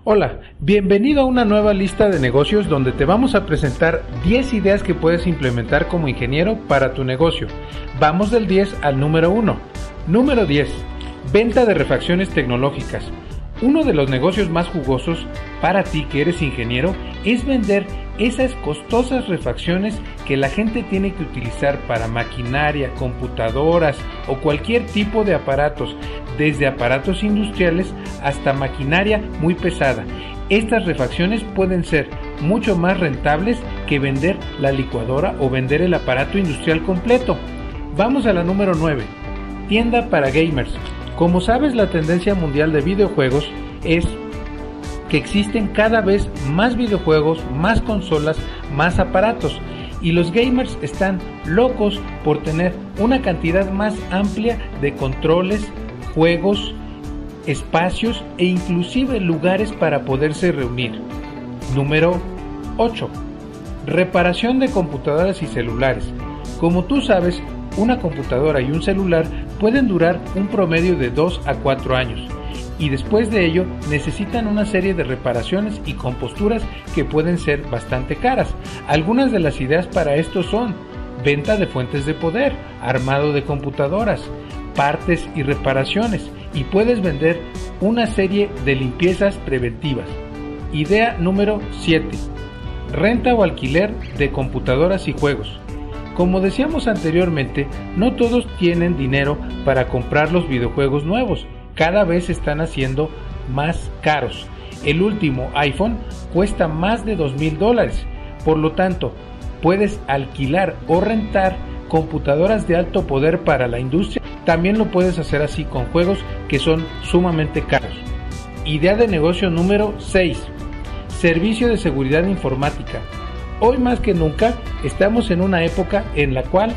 Hola, bienvenido a una nueva lista de negocios donde te vamos a presentar 10 ideas que puedes implementar como ingeniero para tu negocio. Vamos del 10 al número 1. Número 10. Venta de refacciones tecnológicas. Uno de los negocios más jugosos para ti que eres ingeniero es vender esas costosas refacciones que la gente tiene que utilizar para maquinaria, computadoras o cualquier tipo de aparatos, desde aparatos industriales hasta maquinaria muy pesada. Estas refacciones pueden ser mucho más rentables que vender la licuadora o vender el aparato industrial completo. Vamos a la número 9. Tienda para gamers. Como sabes, la tendencia mundial de videojuegos es que existen cada vez más videojuegos, más consolas, más aparatos, y los gamers están locos por tener una cantidad más amplia de controles, juegos, espacios e inclusive lugares para poderse reunir. Número 8. Reparación de computadoras y celulares. Como tú sabes, una computadora y un celular pueden durar un promedio de 2 a 4 años y después de ello necesitan una serie de reparaciones y composturas que pueden ser bastante caras. Algunas de las ideas para esto son venta de fuentes de poder, armado de computadoras, partes y reparaciones, y puedes vender una serie de limpiezas preventivas. Idea número 7. Renta o alquiler de computadoras y juegos. Como decíamos anteriormente, no todos tienen dinero para comprar los videojuegos nuevos. Cada vez se están haciendo más caros. El último iPhone cuesta más de $2,000. Por lo tanto, puedes alquilar o rentar computadoras de alto poder para la industria. También lo puedes hacer así con juegos que son sumamente caros. Idea de negocio número 6. Servicio de seguridad informática. Hoy más que nunca estamos en una época en la cual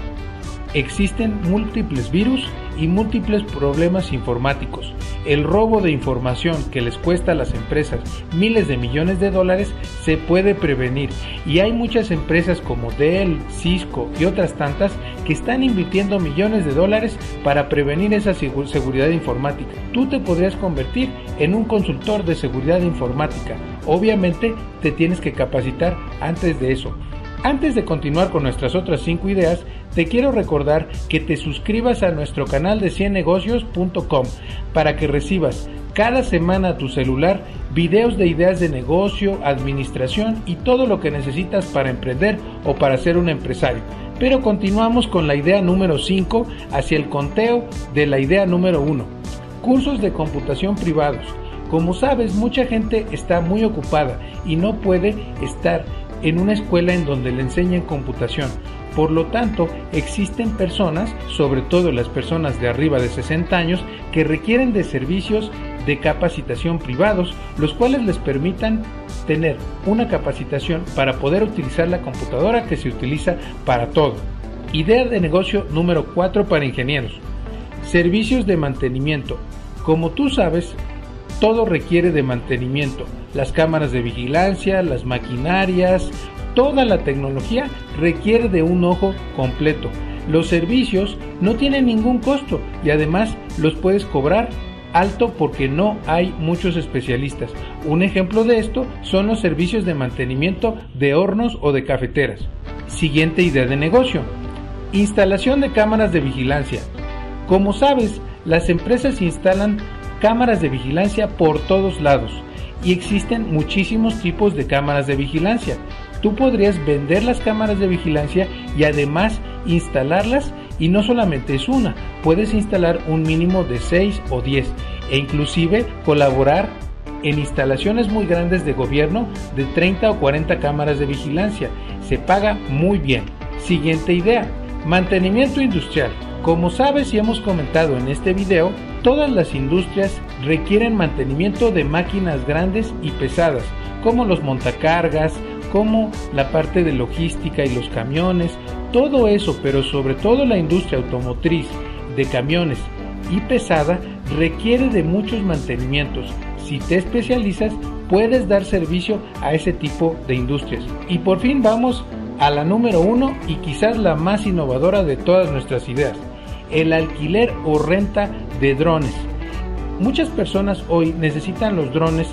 existen múltiples virus y múltiples problemas informáticos. El robo de información que les cuesta a las empresas miles de millones de dólares se puede prevenir, y hay muchas empresas como Dell, Cisco y otras tantas que están invirtiendo millones de dólares para prevenir esa seguridad informática. Tú te podrías convertir en un consultor de seguridad informática. Obviamente te tienes que capacitar antes de eso. Antes de continuar con nuestras otras 5 ideas, te quiero recordar que te suscribas a nuestro canal de ciennegocios.com para que recibas cada semana a tu celular videos de ideas de negocio, administración y todo lo que necesitas para emprender o para ser un empresario. Pero continuamos con la idea número 5 hacia el conteo de la idea número 1. Cursos de computación privados. Como sabes, mucha gente está muy ocupada y no puede estar en una escuela en donde le enseñen computación. Por lo tanto, existen personas, sobre todo las personas de arriba de 60 años, que requieren de servicios de capacitación privados, los cuales les permitan tener una capacitación para poder utilizar la computadora que se utiliza para todo. Idea de negocio número 4 para ingenieros. Servicios de mantenimiento. Como tú sabes, todo requiere de mantenimiento. Las cámaras de vigilancia, las maquinarias, toda la tecnología requiere de un ojo completo. Los servicios no tienen ningún costo y además los puedes cobrar alto porque no hay muchos especialistas. Un ejemplo de esto son los servicios de mantenimiento de hornos o de cafeteras. Siguiente idea de negocio. Instalación de cámaras de vigilancia. Como sabes, las empresas instalan cámaras de vigilancia por todos lados y existen muchísimos tipos de cámaras de vigilancia. Tú podrías vender las cámaras de vigilancia y además instalarlas, y no solamente es una, puedes instalar un mínimo de 6 o 10 e inclusive colaborar en instalaciones muy grandes de gobierno de 30 o 40 cámaras de vigilancia. Se paga muy bien. Siguiente idea, mantenimiento industrial. Como sabes y hemos comentado en este video, todas las industrias requieren mantenimiento de máquinas grandes y pesadas, como los montacargas, como la parte de logística y los camiones, todo eso, pero sobre todo la industria automotriz de camiones y pesada requiere de muchos mantenimientos. Si te especializas, puedes dar servicio a ese tipo de industrias. Y por fin vamos a la número 1 y quizás la más innovadora de todas nuestras ideas: el alquiler o renta de drones. Muchas personas hoy necesitan los drones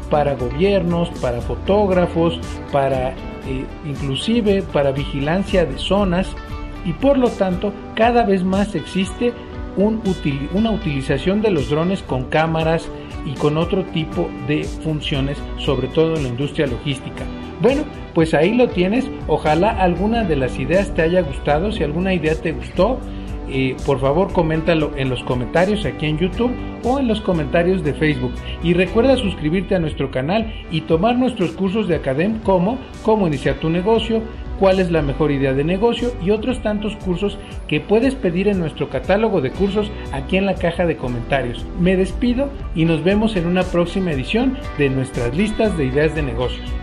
para gobiernos, para fotógrafos, para inclusive para vigilancia de zonas, y por lo tanto cada vez más existe una utilización de los drones con cámaras y con otro tipo de funciones, sobre todo en la industria logística. Bueno, pues ahí lo tienes. Ojalá alguna de las ideas te haya gustado. Si alguna idea te gustó, por favor coméntalo en los comentarios aquí en YouTube o en los comentarios de Facebook. Y recuerda suscribirte a nuestro canal y tomar nuestros cursos de Academ como cómo iniciar tu negocio, cuál es la mejor idea de negocio y otros tantos cursos que puedes pedir en nuestro catálogo de cursos aquí en la caja de comentarios. Me despido y nos vemos en una próxima edición de nuestras listas de ideas de negocios.